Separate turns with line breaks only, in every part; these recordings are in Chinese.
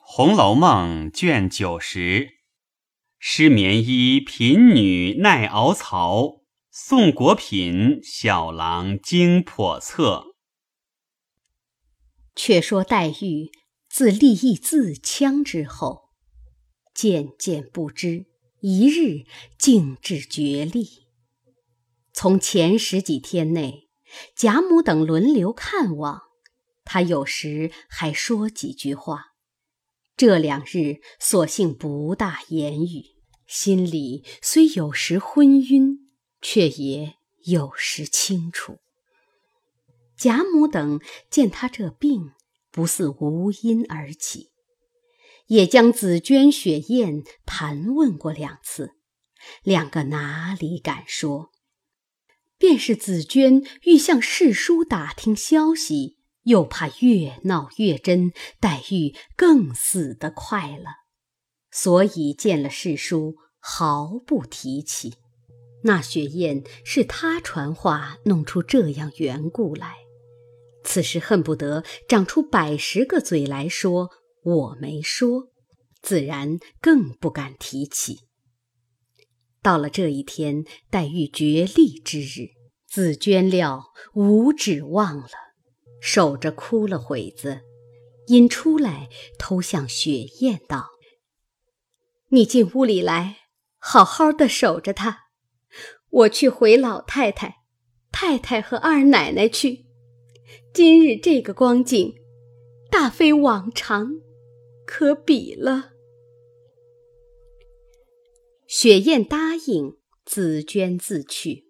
红楼梦》卷90，失眠衣贫女耐熬槽，宋国品小郎精叵测。
却说黛玉自立意自戕之后，渐渐不知，一日竟至绝力。从前10几天内，贾母等轮流看望，她有时还说几句话。这2日索性不大言语，心里虽有时昏晕，却也有时清楚。贾母等见她这病不似无因而起，也将紫鹃、雪雁盘问过2次，2个哪里敢说。便是紫鹃欲向世叔打听消息，又怕越闹越真，黛玉更死得快了，所以见了世叔毫不提起。那雪雁是他传话弄出这样缘故来，此时恨不得长出100、10个嘴来说我没说，自然更不敢提起。到了这一天，黛玉决力之日，紫鹃料无指望了，守着哭了会子，因出来偷向雪雁道：“你进屋里来，好好的守着他，我去回老太太、太太和二奶奶去。今日这个光景，大非往常可比了。”雪雁答应，紫鹃自去。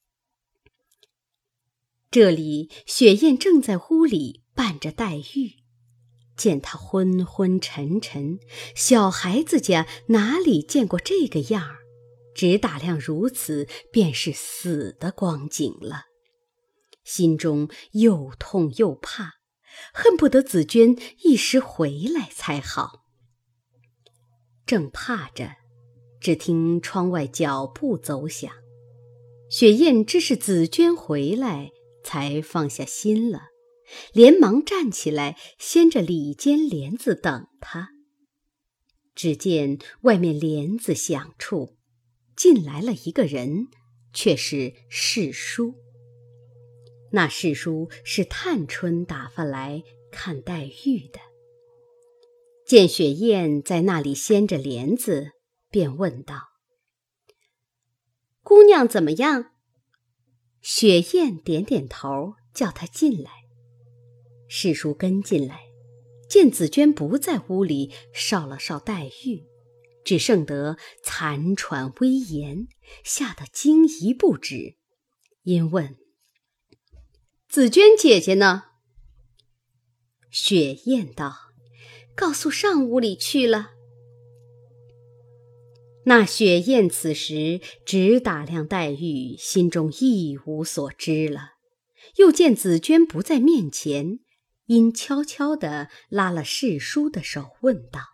这里雪雁正在屋里伴着黛玉，见她昏昏沉沉，小孩子家哪里见过这个样儿，只打量如此便是死的光景了，心中又痛又怕，恨不得紫鹃一时回来才好。正怕着，只听窗外脚步走响，雪雁知是紫鹃回来，才放下心了，连忙站起来，掀着里间帘子等他。只见外面帘子响处，进来了一个人，却是世叔。那世叔是探春打发来看黛玉的，见雪雁在那里掀着帘子，便问道：“姑娘怎么样？”雪雁点点头，叫她进来。世叔跟进来，见紫鹃不在屋里，绍了绍黛玉，只剩得残喘微言，吓得惊疑不止，因问：“紫鹃姐姐呢？”雪雁道：“告诉上屋里去了。”那雪雁此时只打量黛玉，心中一无所知了。又见紫鹃不在面前，因悄悄地拉了世叔的手，问道：“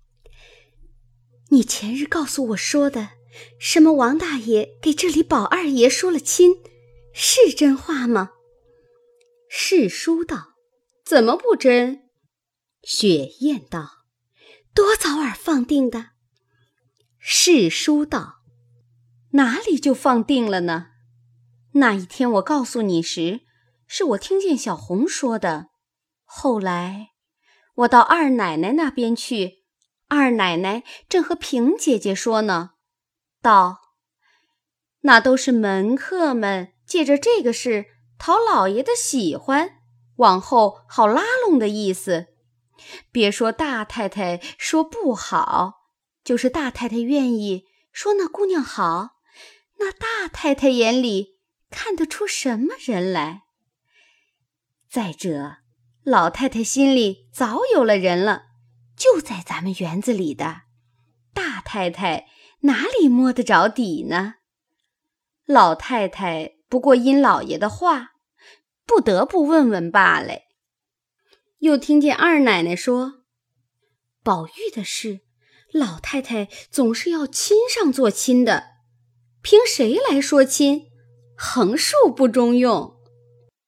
你前日告诉我说的，什么王大爷给这里宝二爷说了亲，是真话吗？”世叔道：“怎么不真？”雪雁道：“多早晚放定的？”世叔道：“哪里就放定了呢？那一天我告诉你时，是我听见小红说的。后来我到二奶奶那边去，二奶奶正和平姐姐说呢，道：那都是门客们借着这个事讨老爷的喜欢，往后好拉拢的意思。别说大太太说不好，就是大太太愿意说那姑娘好，那大太太眼里看得出什么人来？再者，老太太心里早有了人了，就在咱们园子里的，大太太哪里摸得着底呢？老太太不过因老爷的话，不得不问问罢了。又听见二奶奶说，宝玉的事，老太太总是要亲上做亲的，凭谁来说亲？横竖不中用。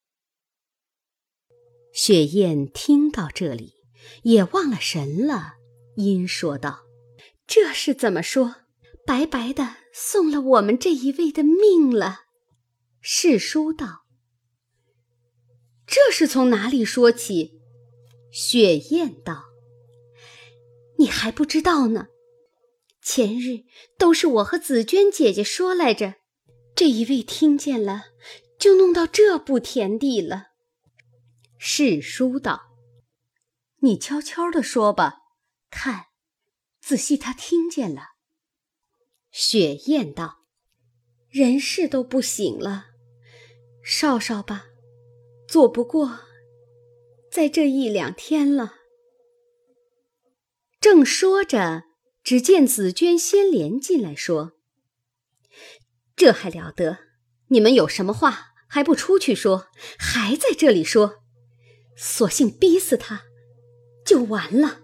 雪雁听到这里，也忘了神了， 因说道：“这是怎么说？白白的送了我们这一位的命了。”世叔道：“这是从哪里说起？”雪雁道：“你还不知道呢。前日都是我和紫娟姐姐说来着，这一位听见了，就弄到这步田地了。”世叔道：“你悄悄地说吧，看，仔细他听见了。”雪雁道：“人事都不醒了，少少吧，做不过在这1-2天了。”正说着，只见紫娟先莲进来说：“这还了得，你们有什么话还不出去说，还在这里说，索性逼死他就完了。”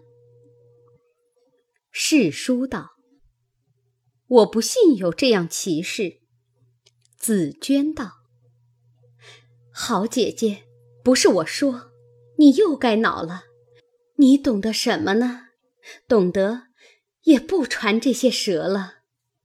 世叔道：“我不信有这样奇事。”紫娟道：“好姐姐，不是我说，你又该恼了。你懂得什么呢？懂得也不传这些蛇了。”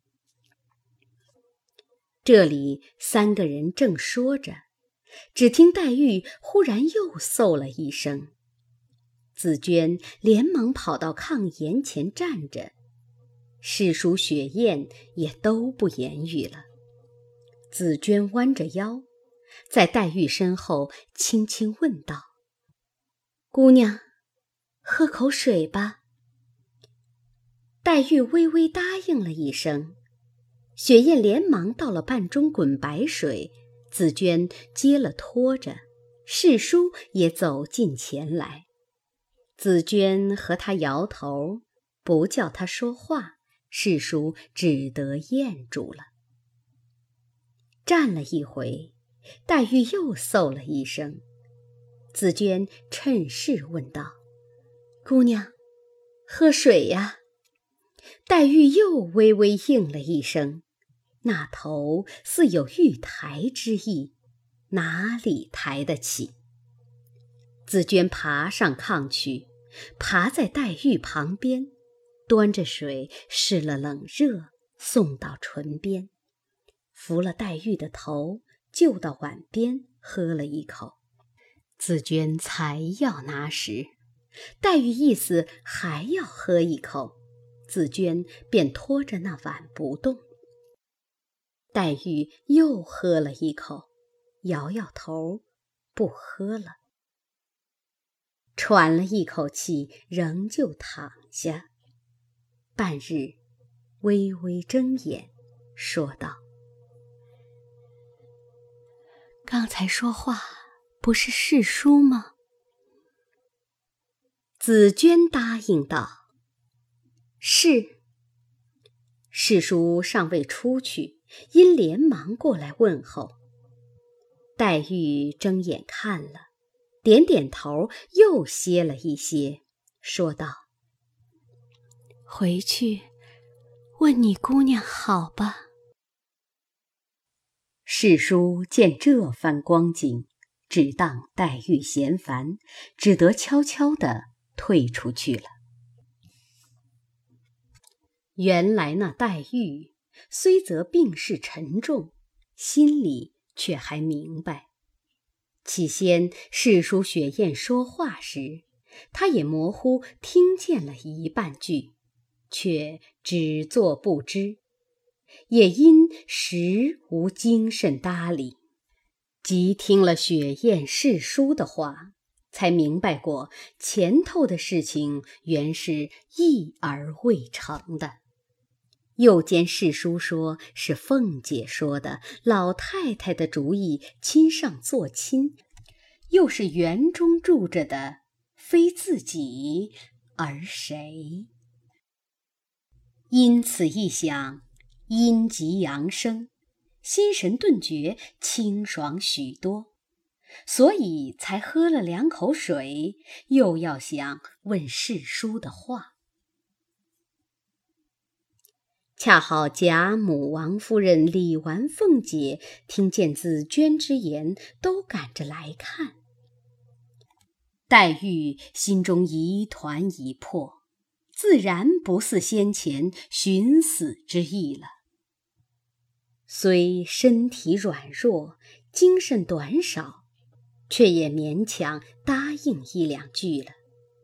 这里3个人正说着，只听黛玉忽然又嗽了一声。紫娟连忙跑到炕沿前站着，世叔雪雁也都不言语了。紫娟弯着腰，在黛玉身后轻轻问道：“姑娘，喝口水吧。”黛玉微微答应了一声，雪雁连忙倒了半盅滚白水，紫娟接了拖着，世叔也走近前来。紫娟和他摇头，不叫他说话，世叔只得咽住了。站了一回，黛玉又嗽了一声，紫娟趁势问道：“姑娘，喝水呀？”黛玉又微微应了一声，那头似有欲抬之意，哪里抬得起？紫娟爬上炕去，爬在黛玉旁边，端着水试了冷热，送到唇边，扶了黛玉的头，就到碗边喝了一口。紫娟才要拿时，黛玉意思还要喝一口，紫娟便拖着那碗不动。黛玉又喝了一口，摇摇头，不喝了。喘了一口气，仍旧躺下。半日，微微睁眼，说道：“刚才说话不是世叔吗？”紫娟答应道：“是。”世叔尚未出去，因连忙过来问候。黛玉睁眼看了，点点头，又歇了一歇，说道：“回去问你姑娘好吧。”世叔见这番光景，只当黛玉嫌烦，只得悄悄地退出去了。原来那黛玉虽则病势沉重，心里却还明白。起先世叔雪雁说话时，他也模糊听见了一半句，却只作不知，也因时无精神搭理。即听了雪雁世叔的话，才明白过前头的事情原是意而未成的。又见世叔说是凤姐说的，老太太的主意亲上做亲，又是园中住着的，非自己而谁？因此一想，阴极阳生，心神顿觉清爽许多，所以才喝了2口水，又要想问世叔的话。恰好贾母、王夫人、李纨、凤姐听见紫娟之言，都赶着来看。黛玉心中疑团已破， 自然不似先前寻死之意了。虽身体软弱，精神短少，却也勉强答应一两句了。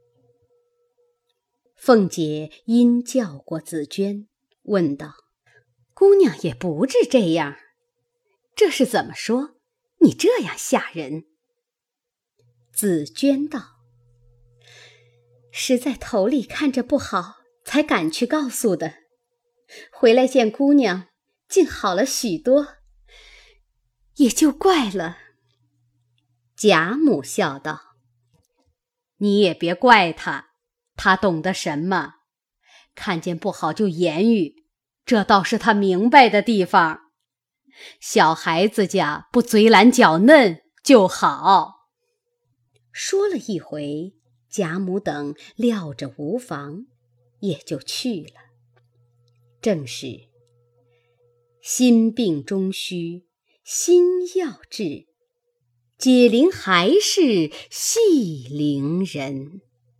凤姐因叫过紫鹃，问道：“姑娘也不至这样，这是怎么说？你这样吓人。”紫鹃道：“实在头里看着不好，才赶去告诉的。回来见姑娘，竟好了许多，也就怪了。”贾母笑道：“你也别怪他，他懂得什么？看见不好就言语，这倒是他明白的地方。小孩子家不嘴懒脚嫩就好。”说了一回，贾母等料着无妨，也就去了。正是心病终须心药治，解铃还是系铃人。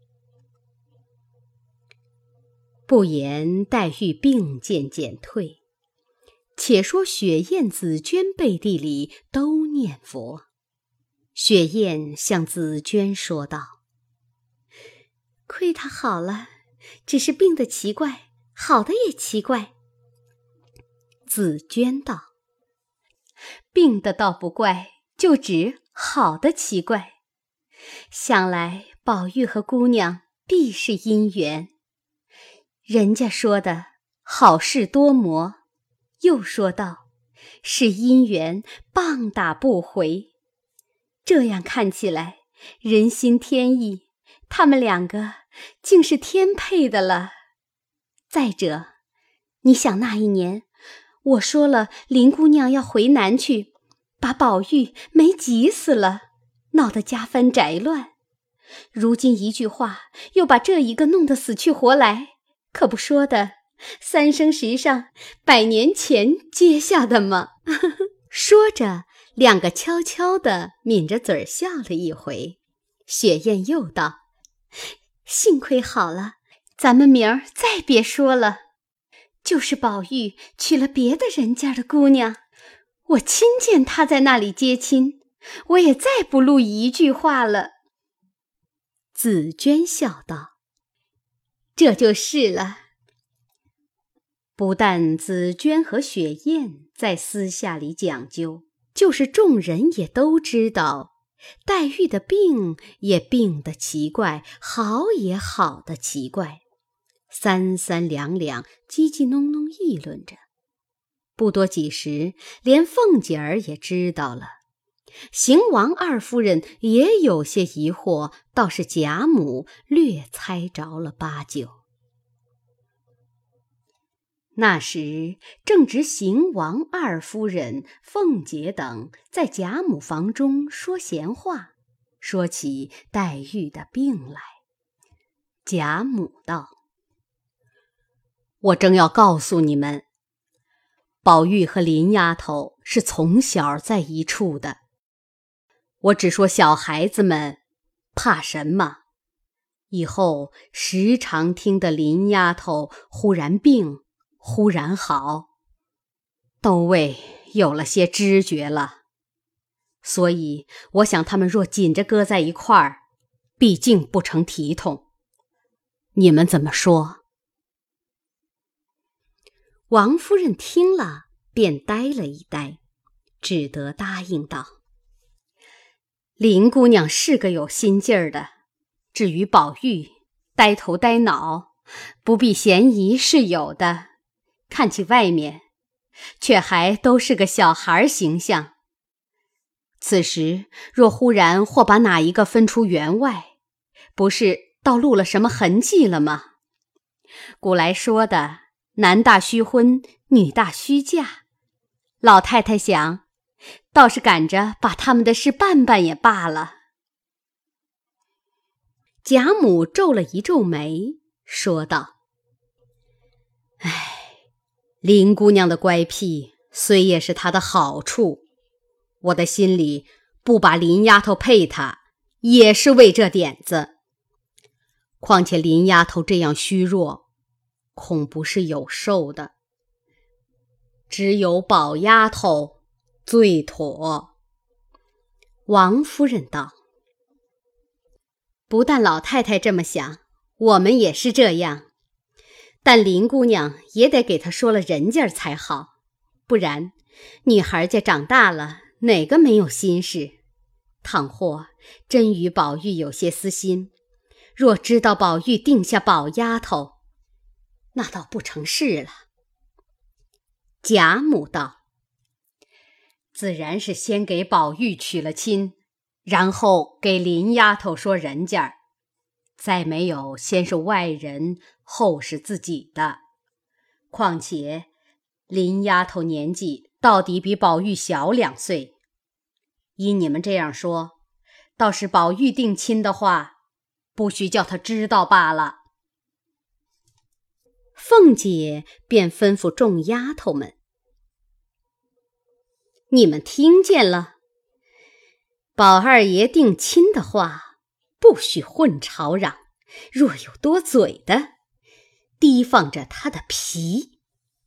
不言黛玉病渐减退，且说雪雁、紫鹃背地里都念佛。雪雁向紫鹃说道：“亏他好了，只是病得奇怪，好的也奇怪。”紫鹃道：“病的倒不怪，就指好的奇怪。想来宝玉和姑娘必是姻缘。人家说的好事多磨，又说道是姻缘棒打不回。这样看起来，人心天意，他们两个竟是天配的了。再者，你想那一年，我说了林姑娘要回南去，把宝玉没急死了，闹得家翻宅乱。如今一句话，又把这一个弄得死去活来，可不说的三生石上100年前结下的吗？”说着，两个悄悄地抿着嘴笑了一回。雪雁又道：“幸亏好了，咱们明儿再别说了。就是宝玉娶了别的人家的姑娘，我亲见他在那里接亲，我也再不录一句话了。”紫鹃笑道：“这就是了。”不但紫鹃和雪雁在私下里讲究，就是众人也都知道，黛玉的病也病得奇怪，好也好的奇怪，三三两两叽叽哝哝议论着。不多几时，连凤姐儿也知道了。邢王二夫人也有些疑惑，倒是贾母略猜着了8九。那时正值邢王二夫人、凤姐等在贾母房中说闲话，说起黛玉的病来。贾母道：“我正要告诉你们，宝玉和林丫头是从小在一处的。我只说小孩子们怕什么，以后时常听得林丫头忽然病忽然好，都为有了些知觉了。所以我想他们若紧着搁在一块儿，毕竟不成体统。你们怎么说？”王夫人听了，便呆了一呆，只得答应道：“林姑娘是个有心劲儿的，至于宝玉，呆头呆脑，不避嫌疑是有的，看起外面，却还都是个小孩形象。此时若忽然或把哪一个分出园外，不是倒露了什么痕迹了吗？古来说的男大须婚，女大须嫁，老太太想，倒是赶着把他们的事办办也罢了。”贾母皱了一皱眉，说道：“林姑娘的乖僻虽也是她的好处，我的心里不把林丫头配她，也是为这点子。 况且林丫头这样虚弱，恐不是有寿的。只有宝丫头最妥。”王夫人道：“不但老太太这么想，我们也是这样。但林姑娘也得给她说了人家才好，不然女孩家长大了，哪个没有心事？倘或真与宝玉有些私心，若知道宝玉定下宝丫头，那倒不成事了。”贾母道：“自然是先给宝玉娶了亲，然后给林丫头说人家，再没有先是外人，后是自己的。况且林丫头年纪到底比宝玉小2岁，依你们这样说，倒是宝玉定亲的话，不许叫他知道罢了。”凤姐便吩咐众丫头们：“你们听见了？宝二爷定亲的话，不许混吵嚷，若有多嘴的，提防着他的皮。”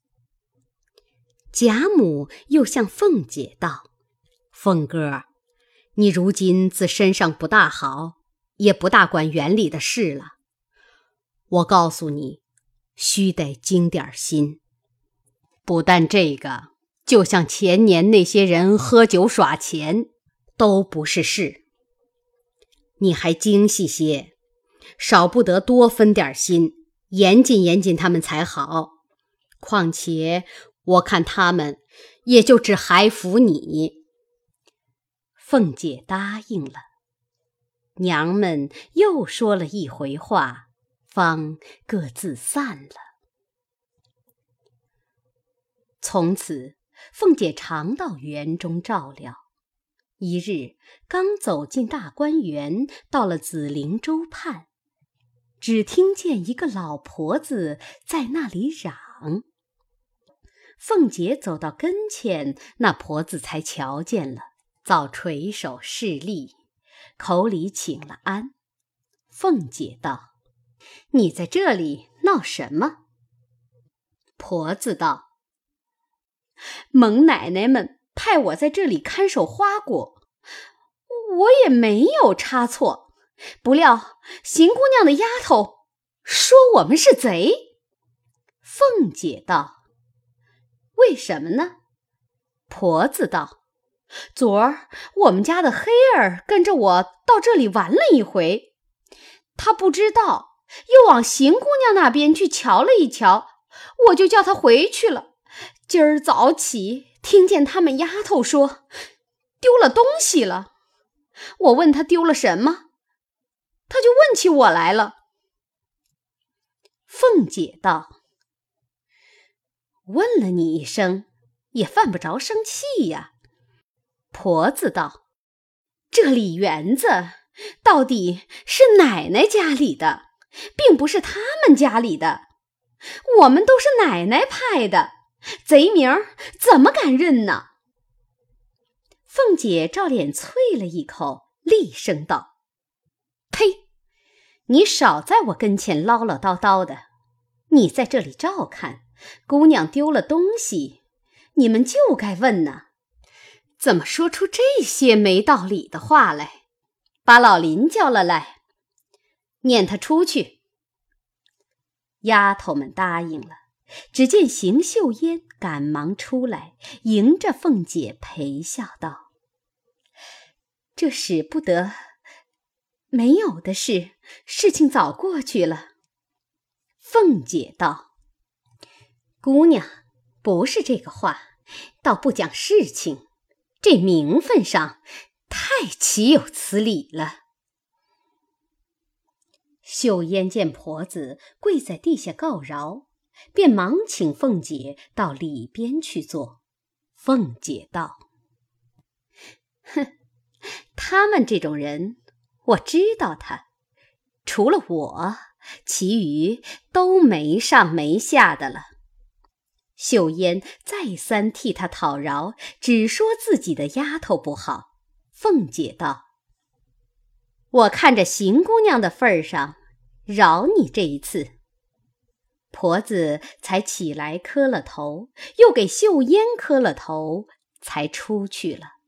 贾母又向凤姐道：“凤哥，你如今自身上不大好，也不大管园里的事了。我告诉你，须得精点心。不但这个，就像前年那些人喝酒耍钱，都不是事。你还精细些，少不得多分点心，严谨严谨他们才好。况且我看他们也就只还服你。”凤姐答应了。娘们又说了一回话，方各自散了。从此凤姐常到园中照料。一日刚走进大观园，到了紫菱洲畔，只听见一个老婆子在那里嚷。凤姐走到跟前，那婆子才瞧见了，早垂手侍立，口里请了安。凤姐道：“你在这里闹什么？”婆子道：“蒙奶奶们派我在这里看守花果，我也没有差错，不料邢姑娘的丫头说我们是贼。”凤姐道：“为什么呢？”婆子道：“昨儿我们家的黑儿跟着我到这里玩了一回，他不知道，又往邢姑娘那边去瞧了一瞧，我就叫他回去了。今儿早起听见他们丫头说丢了东西了，我问他丢了什么，他就问起我来了。”凤姐道：“问了你一声，也犯不着生气呀。”婆子道：“这李园子到底是奶奶家里的，并不是他们家里的，我们都是奶奶派的，贼名怎么敢认呢？”凤姐照脸啐了一口，厉声道：“呸！你少在我跟前唠唠叨叨的，你在这里照看，姑娘丢了东西，你们就该问呢，怎么说出这些没道理的话来？把老林叫了来，撵他出去。”丫头们答应了。只见邢岫烟赶忙出来，迎着凤姐陪笑道：“这使不得，没有的事，事情早过去了。”凤姐道：“姑娘不是这个话，倒不讲事情，这名分上太岂有此理了。”岫烟见婆子跪在地下告饶，便忙请凤姐到里边去坐。凤姐道：“哼，他们这种人，我知道他，除了我，其余都没上没下的了。”岫烟再三替他讨饶，只说自己的丫头不好。凤姐道：“我看着邢姑娘的份儿上， 饶你这一次。”婆子才起来磕了头，又给秀烟磕了头，才出去了。